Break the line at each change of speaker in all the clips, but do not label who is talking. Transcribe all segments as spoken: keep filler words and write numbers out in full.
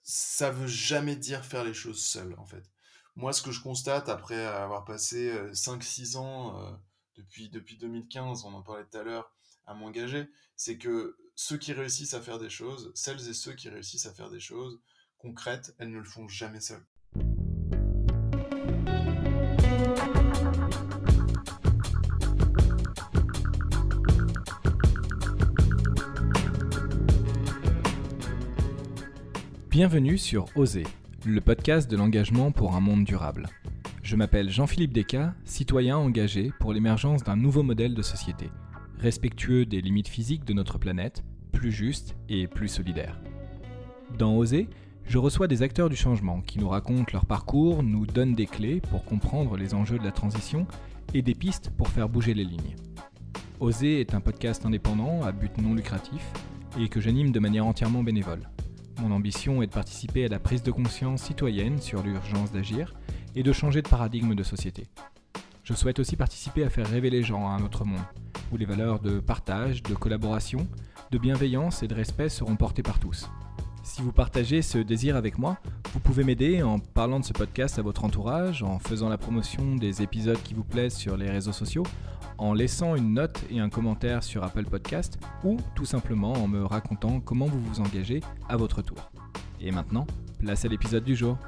ça veut jamais dire faire les choses seul, en fait. Moi, ce que je constate après avoir passé euh, cinq six ans, euh, depuis, depuis deux mille quinze, on en parlait tout à l'heure, à m'engager, c'est que ceux qui réussissent à faire des choses, celles et ceux qui réussissent à faire des choses concrètes, elles ne le font jamais seules.
Bienvenue sur Oser, le podcast de l'engagement pour un monde durable. Je m'appelle Jean-Philippe Descas, citoyen engagé pour l'émergence d'un nouveau modèle de société, respectueux des limites physiques de notre planète, plus juste et plus solidaire. Dans Oser, je reçois des acteurs du changement qui nous racontent leur parcours, nous donnent des clés pour comprendre les enjeux de la transition et des pistes pour faire bouger les lignes. Oser est un podcast indépendant à but non lucratif et que j'anime de manière entièrement bénévole. Mon ambition est de participer à la prise de conscience citoyenne sur l'urgence d'agir et de changer de paradigme de société. Je souhaite aussi participer à faire rêver les gens à un autre monde, où les valeurs de partage, de collaboration, de bienveillance et de respect seront portées par tous. Si vous partagez ce désir avec moi, vous pouvez m'aider en parlant de ce podcast à votre entourage, en faisant la promotion des épisodes qui vous plaisent sur les réseaux sociaux, en laissant une note et un commentaire sur Apple Podcast ou tout simplement en me racontant comment vous vous engagez à votre tour. Et maintenant, place à l'épisode du jour.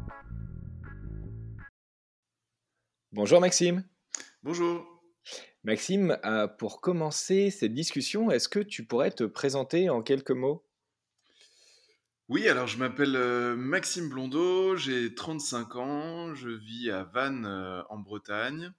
Bonjour Maxime.
Bonjour.
Maxime, euh, pour commencer cette discussion, est-ce que tu pourrais te présenter en quelques mots ?
Oui, alors je m'appelle euh, Maxime Blondeau, j'ai trente-cinq ans, je vis à Vannes euh, en Bretagne.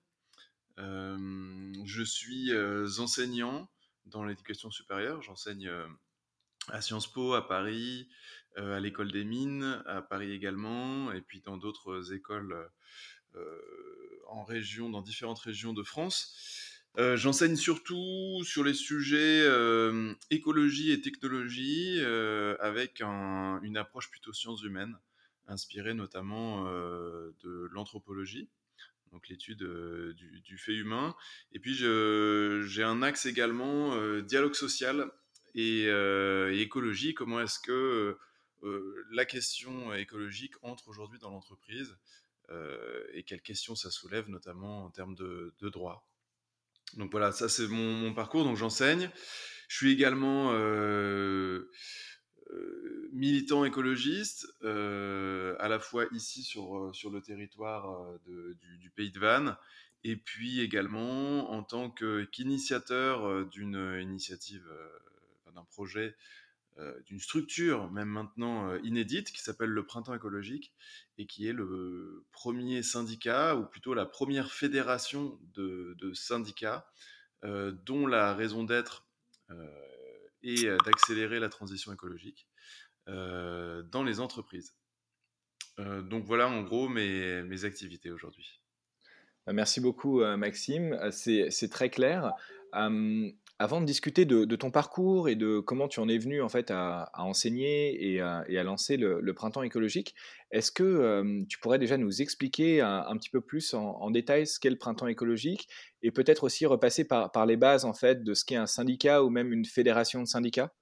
Euh, je suis euh, enseignant dans l'éducation supérieure, j'enseigne euh, à Sciences Po, à Paris, euh, à l'École des Mines, à Paris également, et puis dans d'autres écoles euh, en région, dans différentes régions de France. Euh, j'enseigne surtout sur les sujets euh, écologie et technologie euh, avec un- une approche plutôt sciences humaines, inspirée notamment euh, de l'anthropologie, donc l'étude euh, du, du fait humain. Et puis je- j'ai un axe également euh, dialogue social et, euh, et écologie. Comment est-ce que euh, la question écologique entre aujourd'hui dans l'entreprise euh, et quelles questions ça soulève, notamment en termes de, de droit. Donc voilà, ça c'est mon, mon parcours, donc j'enseigne. Je suis également euh, euh, militant écologiste, euh, à la fois ici sur, sur le territoire euh, de- du, du pays de Vannes, et puis également en tant que- qu'initiateur euh, d'une initiative, euh, enfin, d'un projet, euh, d'une structure, même maintenant euh, inédite, qui s'appelle le Printemps écologique, et qui est le premier syndicat, ou plutôt la première fédération de, de syndicats, euh, dont la raison d'être euh, est d'accélérer la transition écologique euh, dans les entreprises. Euh, donc voilà en gros mes, mes activités aujourd'hui.
Merci beaucoup euh, Maxime, Euh, c'est, c'est très clair. Euh, Avant de discuter de, de ton parcours et de comment tu en es venu en fait à, à enseigner et à, et à lancer le, le printemps écologique, est-ce que euh, tu pourrais déjà nous expliquer un, un petit peu plus en, en détail ce qu'est le printemps écologique et peut-être aussi repasser par, par les bases en fait de ce qu'est un syndicat ou même une fédération de syndicats?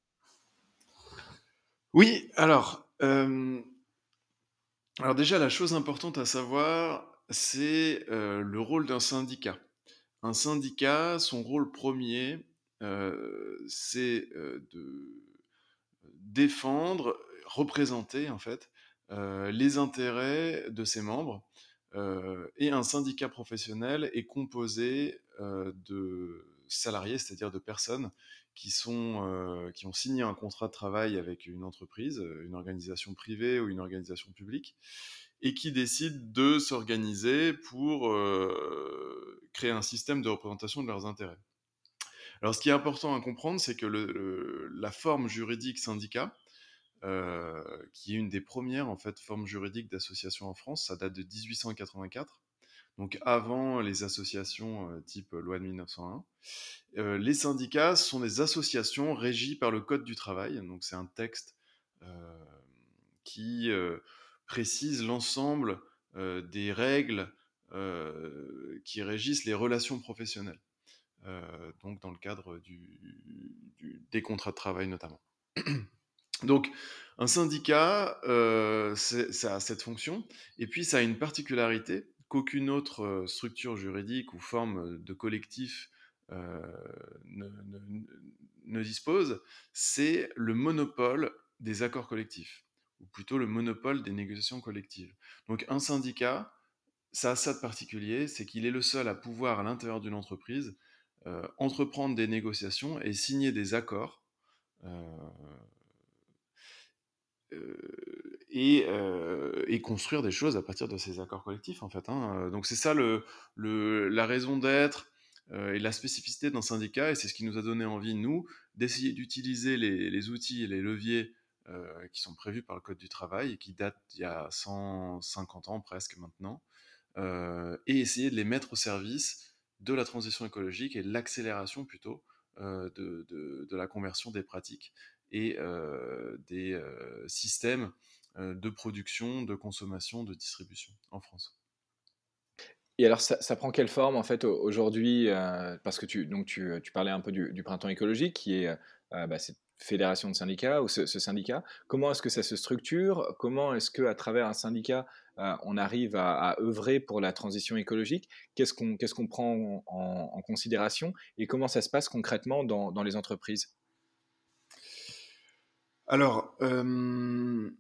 Oui, alors, euh, alors déjà la chose importante à savoir, c'est euh, le rôle d'un syndicat. Un syndicat, son rôle premier, euh, c'est euh, de défendre, représenter en fait euh, les intérêts de ses membres. Euh, et un syndicat professionnel est composé euh, de salariés, c'est-à-dire de personnes qui, sont, euh, qui ont signé un contrat de travail avec une entreprise, une organisation privée ou une organisation publique, et qui décident de s'organiser pour euh, créer un système de représentation de leurs intérêts. Alors, ce qui est important à comprendre, c'est que le, le, la forme juridique syndicat, euh, qui est une des premières en fait formes juridiques d'association en France, ça date de dix-huit cent quatre-vingt-quatre, donc avant les associations euh, type loi de mille neuf cent un. Euh, les syndicats sont des associations régies par le Code du travail, donc c'est un texte euh, qui euh, précise l'ensemble euh, des règles euh, qui régissent les relations professionnelles, euh, donc dans le cadre du, du, des contrats de travail notamment. Donc un syndicat, heu, c'est ça a cette fonction et puis ça a une particularité qu'aucune autre, heu, structure juridique ou forme, heu, de collectif, heu, ne ne ne ne dispose, c'est le monopole des accords collectifs ou plutôt le monopole des négociations collectives. Donc un syndicat, ça a ça de particulier, c'est qu'il est le seul à pouvoir à l'intérieur d'une entreprise, heu, entreprendre des négociations et signer des accords, heu Heu et heu et construire des choses à partir de ces accords collectifs, en fait, hein, heu, donc c'est ça le le la raison d'être, heu et la spécificité d'un syndicat et c'est ce qui nous a donné envie, nous, d'essayer d'utiliser les les outils et les leviers, heu, qui sont prévus par le code du travail et qui datent d'il y a cent cinquante ans presque maintenant, heu et essayer de les mettre au service de la transition écologique et de l'accélération plutôt, heu, de de de la conversion des pratiques et heu, des, heu, systèmes, heu, de production, de consommation, de distribution en France.
Et alors ça ça prend quelle forme en fait au aujourd'hui, heu, parce que tu donc tu, tu parlais un peu du du printemps écologique qui est, heu heu, bah, cette fédération de syndicats ou ce ce syndicat. Comment est-ce que ça se structure? Comment est-ce qu'à travers un syndicat, heu, on arrive à à œuvrer pour la transition écologique? Qu'est-ce qu'on qu'est-ce qu'on prend en en en considération et comment ça se passe concrètement dans dans les entreprises?
Alors, hem,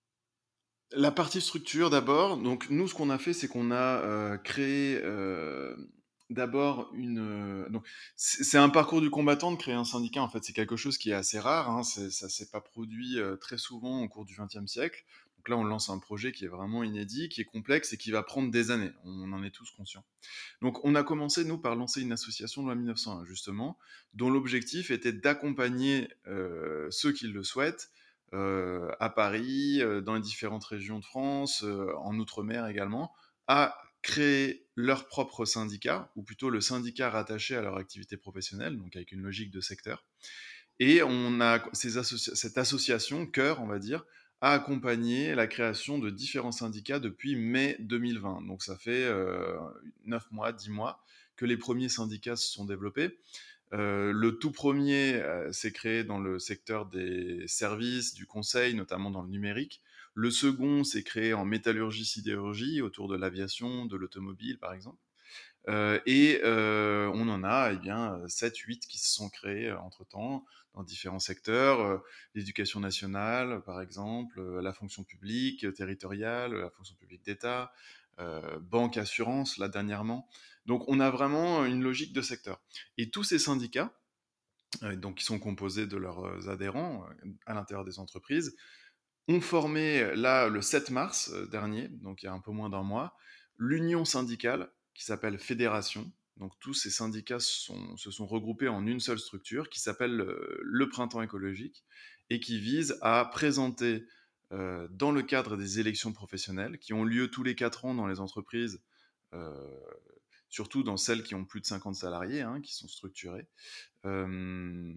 la partie structure d'abord, donc nous ce qu'on a fait, c'est qu'on a, heu, créé, heu, d'abord une, heu donc c'est c'est un parcours du combattant de créer un syndicat en fait, c'est quelque chose qui est assez rare, hein, c'est ça s'est pas produit, heu, très souvent au cours du vingtième siècle. Donc là, on lance un projet qui est vraiment inédit, qui est complexe et qui va prendre des années, on en est tous conscients. Donc on a commencé, nous, par lancer une association loi mille neuf cent un, justement, dont l'objectif était d'accompagner euh, ceux qui le souhaitent euh, à Paris, euh, dans les différentes régions de France, euh, en Outre-mer également, à créer leur propre syndicat, ou plutôt le syndicat rattaché à leur activité professionnelle, donc avec une logique de secteur. Et on a ces associa- cette association, Cœur, on va dire, a accompagné la création de différents syndicats depuis mai deux mille vingt. Donc ça fait euh, neuf mois, dix mois que les premiers syndicats se sont développés. Euh, le tout premier euh, s'est créé dans le secteur des services, du conseil, notamment dans le numérique. Le second s'est créé en métallurgie, sidérurgie, autour de l'aviation, de l'automobile, par exemple. Euh, et euh, on en a eh bien sept huit qui se sont créés euh, entre-temps dans différents secteurs, euh, l'éducation nationale par exemple, euh, la fonction publique euh, territoriale, la fonction publique d'État, euh, banque, assurance là dernièrement. Donc on a vraiment une logique de secteur. Et tous ces syndicats, euh, donc qui sont composés de leurs euh, adhérents euh, à l'intérieur des entreprises, ont formé là le sept mars euh, dernier, donc il y a un peu moins d'un mois, l'union syndicale qui s'appelle Fédération. Donc tous ces syndicats sont, se sont regroupés en une seule structure qui s'appelle euh, le Printemps écologique et qui vise à présenter euh, dans le cadre des élections professionnelles qui ont lieu tous les quatre ans dans les entreprises, euh, surtout dans celles qui ont plus de cinquante salariés, hein, qui sont structurées, euh,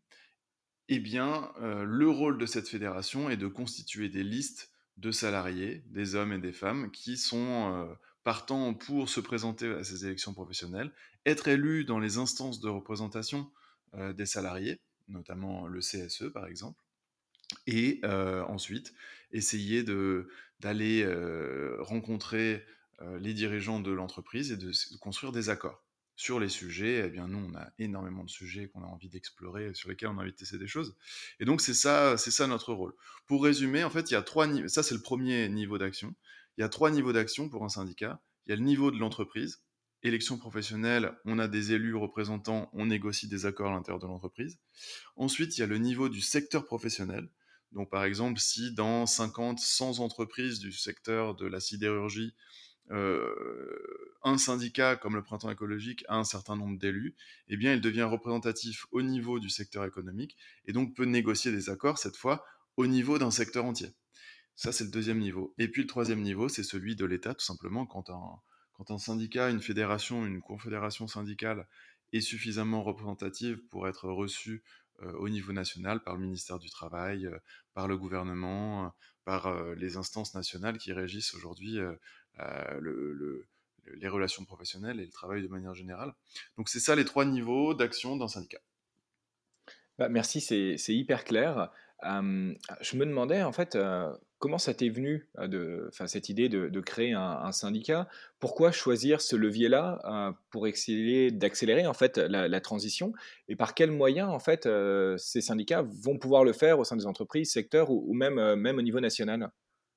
eh bien, euh, le rôle de cette fédération est de constituer des listes de salariés, des hommes et des femmes, qui sont euh, partants pour se présenter à ces élections professionnelles, être élus dans les instances de représentation euh, des salariés, notamment le C S E par exemple, et euh, ensuite essayer de, d'aller euh, rencontrer euh, les dirigeants de l'entreprise et de, s- de construire des accords sur les sujets. Eh bien, nous, on a énormément de sujets qu'on a envie d'explorer, sur lesquels on a envie de tester des choses. Et donc, c'est ça, c'est ça notre rôle. Pour résumer, en fait, il y a trois niveaux. Ça, c'est le premier niveau d'action. Il y a trois niveaux d'action pour un syndicat. Il y a le niveau de l'entreprise. Élection professionnelle, on a des élus représentants, on négocie des accords à l'intérieur de l'entreprise. Ensuite, il y a le niveau du secteur professionnel. Donc, par exemple, si dans cinquante, cent entreprises du secteur de la sidérurgie, euh, un syndicat comme le Printemps écologique a un certain nombre d'élus, eh bien, il devient représentatif au niveau du secteur économique et donc peut négocier des accords, cette fois, au niveau d'un secteur entier. Ça, c'est le deuxième niveau. Et puis le troisième niveau, c'est celui de l'État, tout simplement, quand un, quand un syndicat, une fédération, une confédération syndicale est suffisamment représentative pour être reçue euh, au niveau national par le ministère du Travail, euh, par le gouvernement, euh, par euh, les instances nationales qui régissent aujourd'hui euh, euh, le, le- les relations professionnelles et le travail de manière générale. Donc c'est ça les trois niveaux d'action d'un syndicat.
Bah, merci, c'est c'est hyper clair. Hem, je me demandais en fait, heu, comment ça t'est venu, heu, de enfin cette idée de de créer un un syndicat? Pourquoi choisir ce levier-là, heu, pour accélérer d'accélérer en fait la la transition? Et par quels moyens en fait, heu, ces syndicats vont pouvoir le faire au sein des entreprises, secteurs ou ou même, heu, même au niveau national?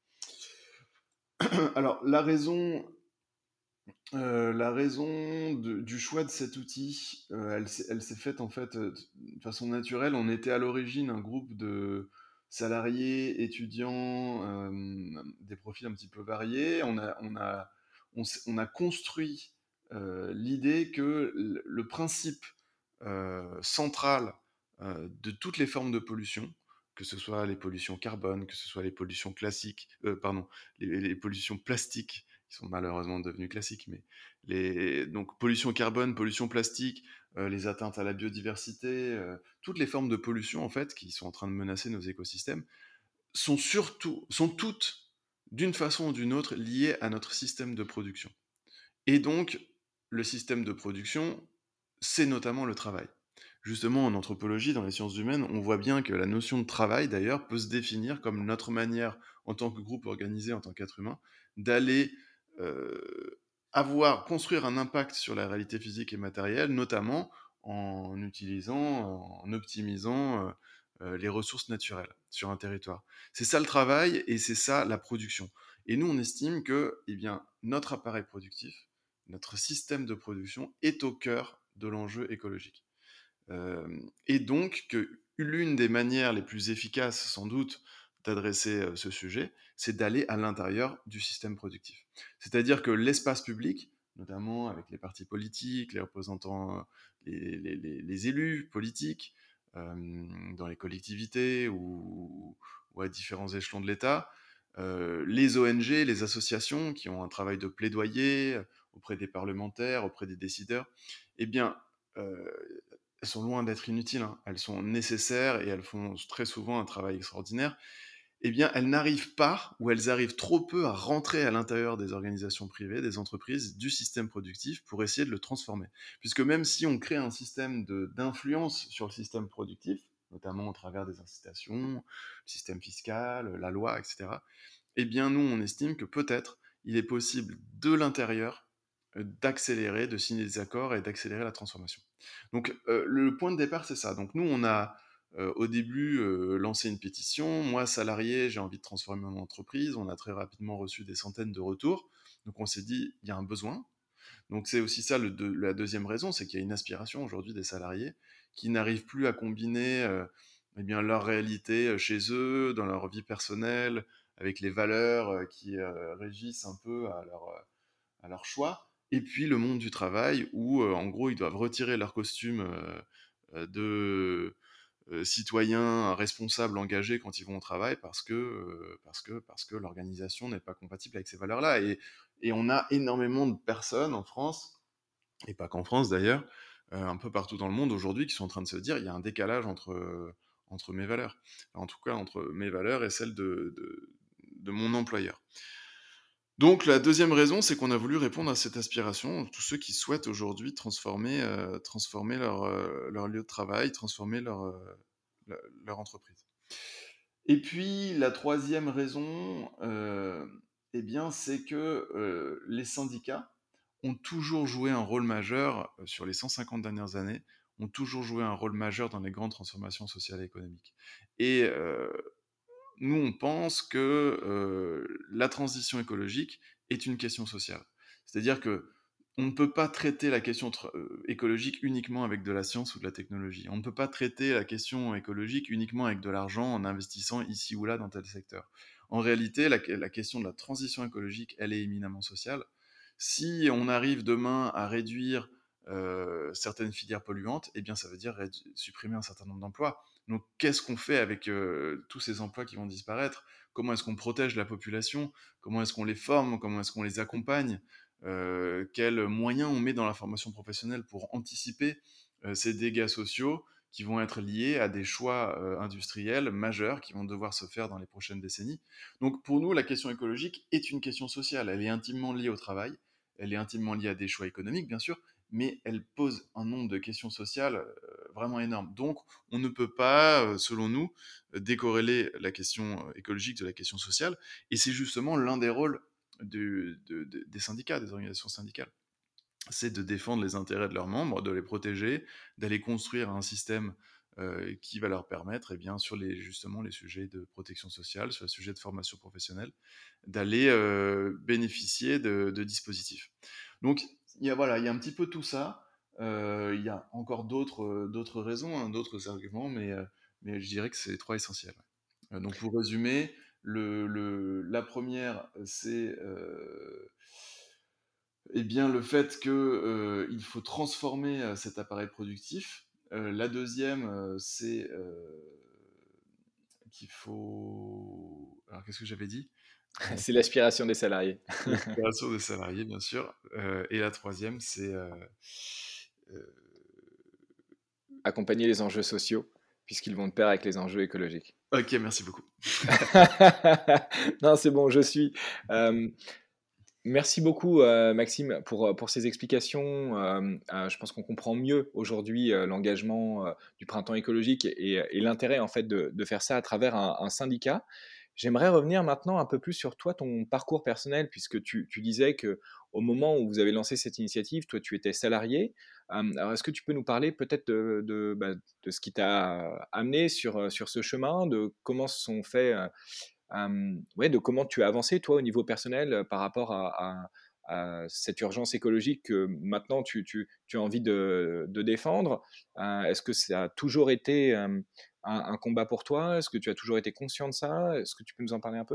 Alors, la raison, euh, la raison de- du choix de cet outil, euh, elle, s'est elle s'est faite en fait euh, de façon naturelle. On était à l'origine un groupe de salariés, étudiants, euh, des profils un petit peu variés. On a, on a, on, s'est- on a construit euh, l'idée que le le principe euh, central euh, de toutes les formes de pollution, que ce soit les pollutions carbone, que ce soit les pollutions classiques, euh, pardon, les, les pollutions plastiques, qui sont malheureusement devenues classiques, mais les, donc pollution carbone, pollution plastique, euh, les atteintes à la biodiversité, euh, toutes les formes de pollution en fait qui sont en train de menacer nos écosystèmes sont surtout, sont toutes d'une façon ou d'une autre liées à notre système de production. Et donc, le système de production, c'est notamment le travail. Justement, en anthropologie, dans les sciences humaines, on voit bien que la notion de travail, d'ailleurs, peut se définir comme notre manière, en tant que groupe organisé, en tant qu'être humain, d'aller euh, avoir, construire un impact sur la réalité physique et matérielle, notamment en utilisant, en optimisant euh, euh, les ressources naturelles sur un territoire. C'est ça le travail et c'est ça la production. Et nous, on estime que eh bien, notre appareil productif, notre système de production est au cœur de l'enjeu écologique. Euh, et donc que l'une des manières les plus efficaces, sans doute, d'adresser euh, ce sujet, c'est d'aller à l'intérieur du système productif. C'est-à-dire que l'espace public, notamment avec les partis politiques, les représentants, euh, les, les, les, les élus politiques, euh, dans les collectivités ou, ou à différents échelons de l'État, euh, les O N G, les associations qui ont un travail de plaidoyer auprès des parlementaires, auprès des décideurs, eh bien, euh, elles sont loin d'être inutiles, hein. Elles sont nécessaires et elles font très souvent un travail extraordinaire. Eh bien, elles n'arrivent pas, ou elles arrivent trop peu à rentrer à l'intérieur des organisations privées, des entreprises, du système productif pour essayer de le transformer. Puisque même si on crée un système de- d'influence sur le système productif, notamment au travers des incitations, le système fiscal, la loi, et cetera, eh bien, nous, on estime que peut-être il est possible de l'intérieur euh, d'accélérer, de signer des accords et d'accélérer la transformation. Donc, euh, le point de départ, c'est ça. Donc, nous, on a euh, au début euh, lancé une pétition. Moi, salarié, j'ai envie de transformer mon entreprise. On a très rapidement reçu des centaines de retours. Donc, on s'est dit, il y a un besoin. Donc, c'est aussi ça le de- la deuxième raison, c'est qu'il y a une aspiration aujourd'hui des salariés qui n'arrivent plus à combiner euh, eh bien, leur réalité euh, chez eux, dans leur vie personnelle, avec les valeurs euh, qui euh, régissent un peu à leur, euh, à leur choix, et puis le monde du travail où, euh, en gros, ils doivent retirer leur costume euh, euh, de euh, citoyens responsables, engagés quand ils vont au travail parce que, euh, parce que, parce que l'organisation n'est pas compatible avec ces valeurs-là. Et, et on a énormément de personnes en France, et pas qu'en France d'ailleurs, euh, un peu partout dans le monde aujourd'hui, qui sont en train de se dire il y a un décalage entre, euh, entre mes valeurs, en tout cas entre mes valeurs et celles de, de, de mon employeur. Donc la deuxième raison, c'est qu'on a voulu répondre à cette aspiration, tous ceux qui souhaitent aujourd'hui transformer, euh, transformer leur, euh, leur lieu de travail, transformer leur, euh, le- leur entreprise. Et puis la troisième raison, euh, eh bien, c'est que euh, les syndicats ont toujours joué un rôle majeur euh, sur les cent cinquante dernières années, ont toujours joué un rôle majeur dans les grandes transformations sociales et économiques. Et euh, nous, on pense que euh, la transition écologique est une question sociale. C'est-à-dire que on ne peut pas traiter la question tra- euh, écologique uniquement avec de la science ou de la technologie. On ne peut pas traiter la question écologique uniquement avec de l'argent en investissant ici ou là dans tel secteur. En réalité, la, la question de la transition écologique, elle est éminemment sociale. Si on arrive demain à réduire euh, certaines filières polluantes, eh bien ça veut dire rédu- supprimer un certain nombre d'emplois. Donc, qu'est-ce qu'on fait avec euh, tous ces emplois qui vont disparaître? Comment est-ce qu'on protège la population? Comment est-ce qu'on les forme? Comment est-ce qu'on les accompagne? Euh, quels moyens on met dans la formation professionnelle pour anticiper euh, ces dégâts sociaux qui vont être liés à des choix euh, industriels majeurs qui vont devoir se faire dans les prochaines décennies. Donc, pour nous, la question écologique est une question sociale. Elle est intimement liée au travail, elle est intimement liée à des choix économiques, bien sûr, mais elle pose un nombre de questions sociales vraiment énorme. Donc, on ne peut pas, euh, selon nous, décorréler la question euh, écologique de la question sociale. Et c'est justement l'un des rôles du- de- de- des syndicats, des organisations syndicales. C'est de défendre les intérêts de leurs membres, de les protéger, d'aller construire un système euh, qui va leur permettre, eh bien, sur les, justement les sujets de protection sociale, sur les sujets de formation professionnelle, d'aller euh, bénéficier de, de dispositifs. Donc, il y a, voilà, il y a un petit peu tout ça. Euh, il y a encore d'autres, euh, d'autres raisons, hein, d'autres arguments, mais, euh, mais je dirais que c'est les trois essentiels. Ouais. Euh, donc, pour résumer, le, le, la première, c'est euh, eh bien, le fait qu'il euh, faut transformer euh, cet appareil productif. Euh, la deuxième, euh, c'est euh, qu'il faut... Alors, qu'est-ce que j'avais dit? Euh,
C'est l'aspiration des salariés.
L'aspiration des salariés, bien sûr. Euh, et la troisième, c'est... euh, euh,
Accompagner les enjeux sociaux, puisqu'ils vont de pair avec les enjeux écologiques.
Ok, merci beaucoup.
Non, c'est bon, je suis. Euh, Merci beaucoup, euh, Maxime, pour, euh, pour ces explications. Euh, euh, je pense qu'on comprend mieux aujourd'hui euh, l'engagement euh, du printemps écologique et, et l'intérêt en fait de, de faire ça à travers un, un syndicat. J'aimerais revenir maintenant un peu plus sur toi, ton parcours personnel, puisque tu, tu disais que au moment où vous avez lancé cette initiative, toi, tu étais salarié. Euh, alors, est-ce que tu peux nous parler peut-être de, de, bah, de ce qui t'a amené sur, sur ce chemin, de comment se sont faits euh, euh, ouais, de comment tu as avancé, toi, au niveau personnel, euh, par rapport à, à- à cette urgence écologique que maintenant tu, tu- tu as envie de, de défendre. Euh, est-ce que ça a toujours été euh, un, un combat pour toi? Est-ce que tu as toujours été conscient de ça? Est-ce que tu peux nous en parler un peu?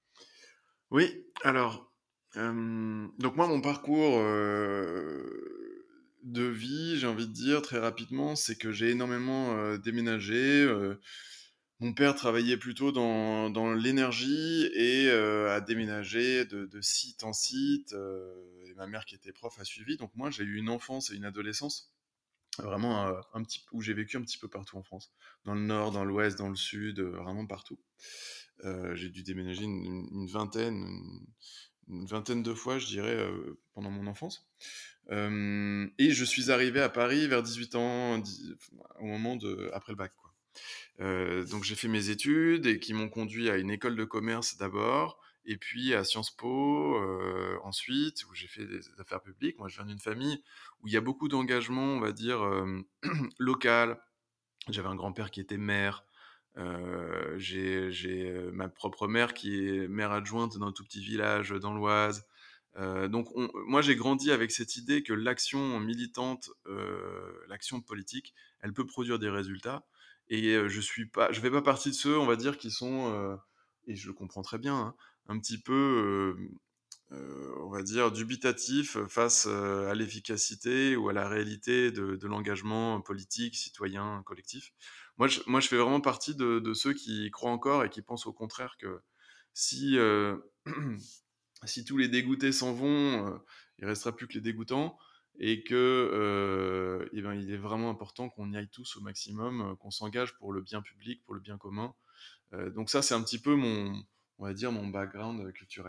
Oui, alors, euh, donc moi, mon parcours euh, de vie, j'ai envie de dire très rapidement, c'est que j'ai énormément euh, déménagé. euh, mon père travaillait plutôt dans, dans l'énergie et euh, a déménagé de, de site en site. euh, et ma mère, qui était prof, a suivi. Donc moi, j'ai eu une enfance et une adolescence vraiment euh, un petit, où j'ai vécu un petit peu partout en France, dans le nord, dans l'ouest, dans le sud, euh, vraiment partout. Euh, j'ai dû déménager une, une vingtaine, une, une vingtaine de fois, je dirais, euh, pendant mon enfance. Euh, et je suis arrivé à Paris vers dix-huit ans, dix- au moment de, après le bac, quoi. Euh, donc j'ai fait mes études et qui m'ont conduit à une école de commerce d'abord, et puis à Sciences Po euh, ensuite, où j'ai fait des affaires publiques. Moi, je viens d'une famille où il y a beaucoup d'engagement, on va dire, euh, local. J'avais un grand-père qui était maire. Euh, j'ai j'ai, euh, ma propre mère qui est maire adjointe dans un tout petit village dans l'Oise. Euh, donc on- moi j'ai grandi avec cette idée que l'action militante, euh, l'action politique, elle peut produire des résultats. Et euh, je suis pas, je fais pas partie de ceux, on va dire, qui sont, euh, et je le comprends très bien, hein, un petit peu, euh, euh, on va dire, dubitatif face euh, à l'efficacité ou à la réalité de, de l'engagement politique, citoyen, collectif. Moi je, moi, je fais vraiment partie de, de ceux qui croient encore et qui pensent au contraire que si, euh, si tous les dégoûtés s'en vont, euh, il restera plus que les dégoûtants, et que euh, eh ben, il est vraiment important qu'on y aille tous au maximum, euh, qu'on s'engage pour le bien public, pour le bien commun. Euh, donc ça, c'est un petit peu mon, on va dire, mon background euh, culturel.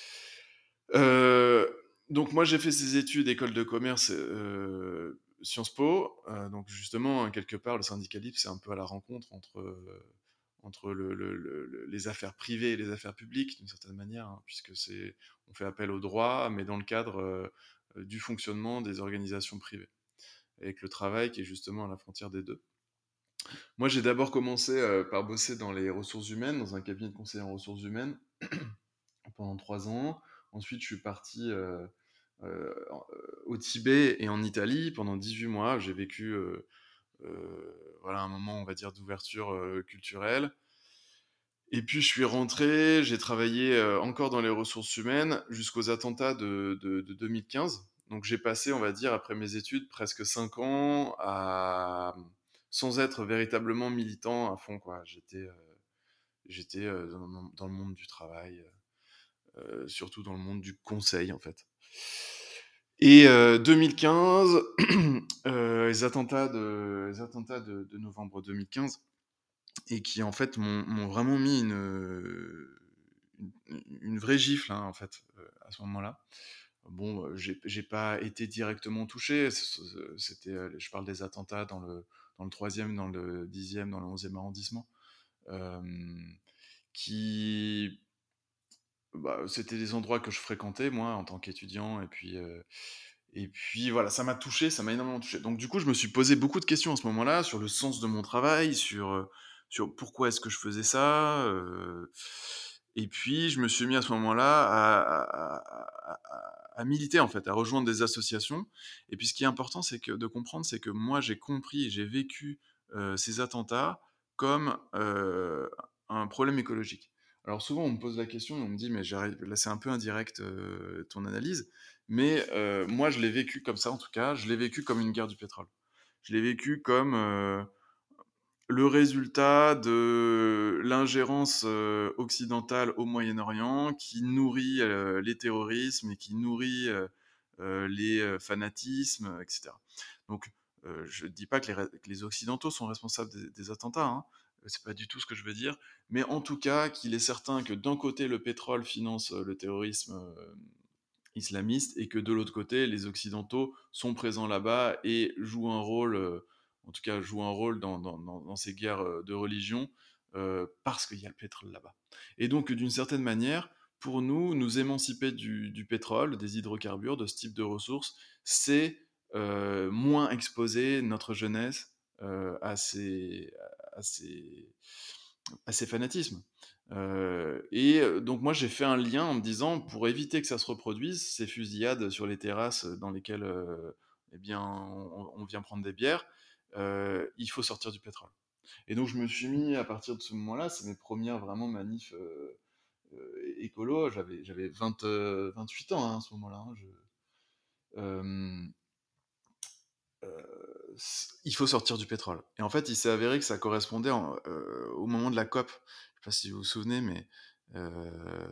Euh, donc moi j'ai fait ces études école de commerce, euh, Sciences Po. Euh, donc justement, hein, quelque part, le syndicalisme, c'est un peu à la rencontre entre, euh, entre le- le- le- le- les affaires privées et les affaires publiques, d'une certaine manière, hein, puisque c'est, on fait appel au droit, mais dans le cadre euh, euh, du fonctionnement des organisations privées, avec le travail qui est justement à la frontière des deux. Moi j'ai d'abord commencé euh, par bosser dans les ressources humaines, dans un cabinet de conseil en ressources humaines, pendant trois ans. Ensuite, je suis parti euh, euh, au Tibet et en Italie pendant dix-huit mois. J'ai vécu euh, euh, voilà, un moment, on va dire, d'ouverture euh, culturelle. Et puis, je suis rentré, j'ai travaillé euh, encore dans les ressources humaines jusqu'aux attentats de, de, de deux mille quinze. Donc, j'ai passé, on va dire, après mes études, presque cinq ans à... sans être véritablement militant à fond, quoi. J'étais, euh, j'étais euh, dans, dans le monde du travail, euh, surtout dans le monde du conseil, en fait. Et euh, deux mille quinze, euh, les attentats, de, les attentats de, de novembre deux mille quinze, et qui en fait m'ont m'ont vraiment mis une, une, une vraie gifle, hein, en fait, euh, à ce moment-là. Bon, j'ai j'ai pas été directement touché, c'était, euh, je parle des attentats dans le, dans le troisième, dans le dixième, dans le onzième arrondissement, euh, qui bah, c'était des endroits que je fréquentais moi en tant qu'étudiant et puis euh, et puis voilà, ça m'a touché, ça m'a énormément touché. Donc du coup, je me suis posé beaucoup de questions à ce moment-là sur le sens de mon travail, sur euh, sur pourquoi est-ce que je faisais ça. euh, et puis je me suis mis à ce moment-là à, à- à- à- à militer en fait, à rejoindre des associations. Et puis ce qui est important, c'est que de comprendre, c'est que moi j'ai compris, et j'ai vécu euh, ces attentats comme euh, un problème écologique. Alors souvent, on me pose la question et on me dit, mais j'arrive, là c'est un peu indirect euh, ton analyse, mais euh, moi je l'ai vécu comme ça en tout cas, je l'ai vécu comme une guerre du pétrole. Je l'ai vécu comme euh, le résultat de l'ingérence euh, occidentale au Moyen-Orient qui nourrit euh, les terrorismes et qui nourrit euh, euh, les euh, fanatismes, et cetera. Donc euh, je ne dis pas que les, que les Occidentaux sont responsables des, des attentats, hein. C'est pas du tout ce que je veux dire, mais en tout cas qu'il est certain que d'un côté le pétrole finance euh, le terrorisme euh, islamiste et que de l'autre côté les Occidentaux sont présents là-bas et jouent un rôle, euh, en tout cas jouent un rôle dans, dans, dans, dans ces guerres euh, de religion euh, parce qu'il y a le pétrole là-bas. Et donc d'une certaine manière, pour nous, nous émanciper du, du pétrole, des hydrocarbures, de ce type de ressources, c'est euh, moins exposer notre jeunesse euh, à, ces, à, ces, à ces fanatismes. Euh, et euh, donc moi j'ai fait un lien en me disant, pour éviter que ça se reproduise, ces fusillades sur les terrasses dans lesquelles euh, eh bien, on, on vient prendre des bières, euh, il faut sortir du pétrole. Et donc je me suis mis à partir de ce moment-là, c'est mes premières vraiment manifs euh, euh, écolo, j'avais, j'avais vingt, euh, vingt-huit ans hein, à ce moment-là. Hein, je, euh, euh, il faut sortir du pétrole. Et en fait, il s'est avéré que ça correspondait en, euh, au moment de la COP. Je ne sais pas si vous vous souvenez, mais euh,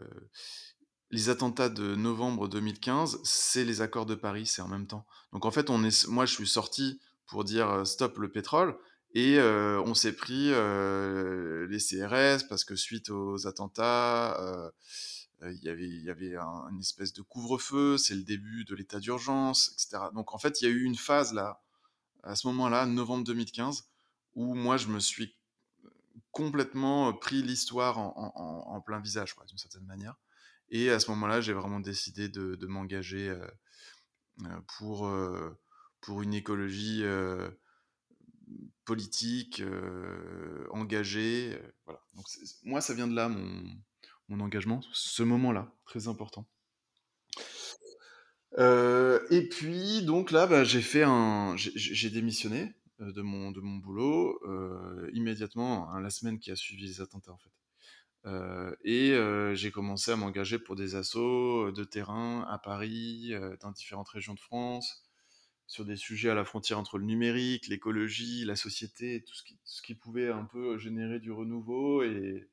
les attentats de novembre deux mille quinze, c'est les accords de Paris, c'est en même temps. Donc en fait, on est, moi, je suis sorti pour dire euh, stop le pétrole. Et euh, on s'est pris euh, les C R S parce que suite aux attentats, euh, euh, il y avait, il y avait un, une espèce de couvre-feu, c'est le début de l'état d'urgence, et cetera. Donc en fait, il y a eu une phase là, à ce moment-là, novembre deux mille quinze, où moi je me suis complètement pris l'histoire en, en- en plein visage, quoi, d'une certaine manière. Et à ce moment-là, j'ai vraiment décidé de, de m'engager euh, euh, pour, euh, pour une écologie euh, politique, euh, engagée. euh, voilà. Donc moi, ça vient de là, mon, mon engagement, ce moment-là, très important. Euh, et puis, donc là, bah, j'ai fait un, j'ai j'ai démissionné euh, de mon, de mon boulot euh, immédiatement, hein, la semaine qui a suivi les attentats, en fait. Euh, et euh, j'ai commencé à m'engager pour des assos euh, de terrain à Paris, euh, dans différentes régions de France, sur des sujets à la frontière entre le numérique, l'écologie, la société, tout ce qui, tout ce qui pouvait un peu générer du renouveau. Et,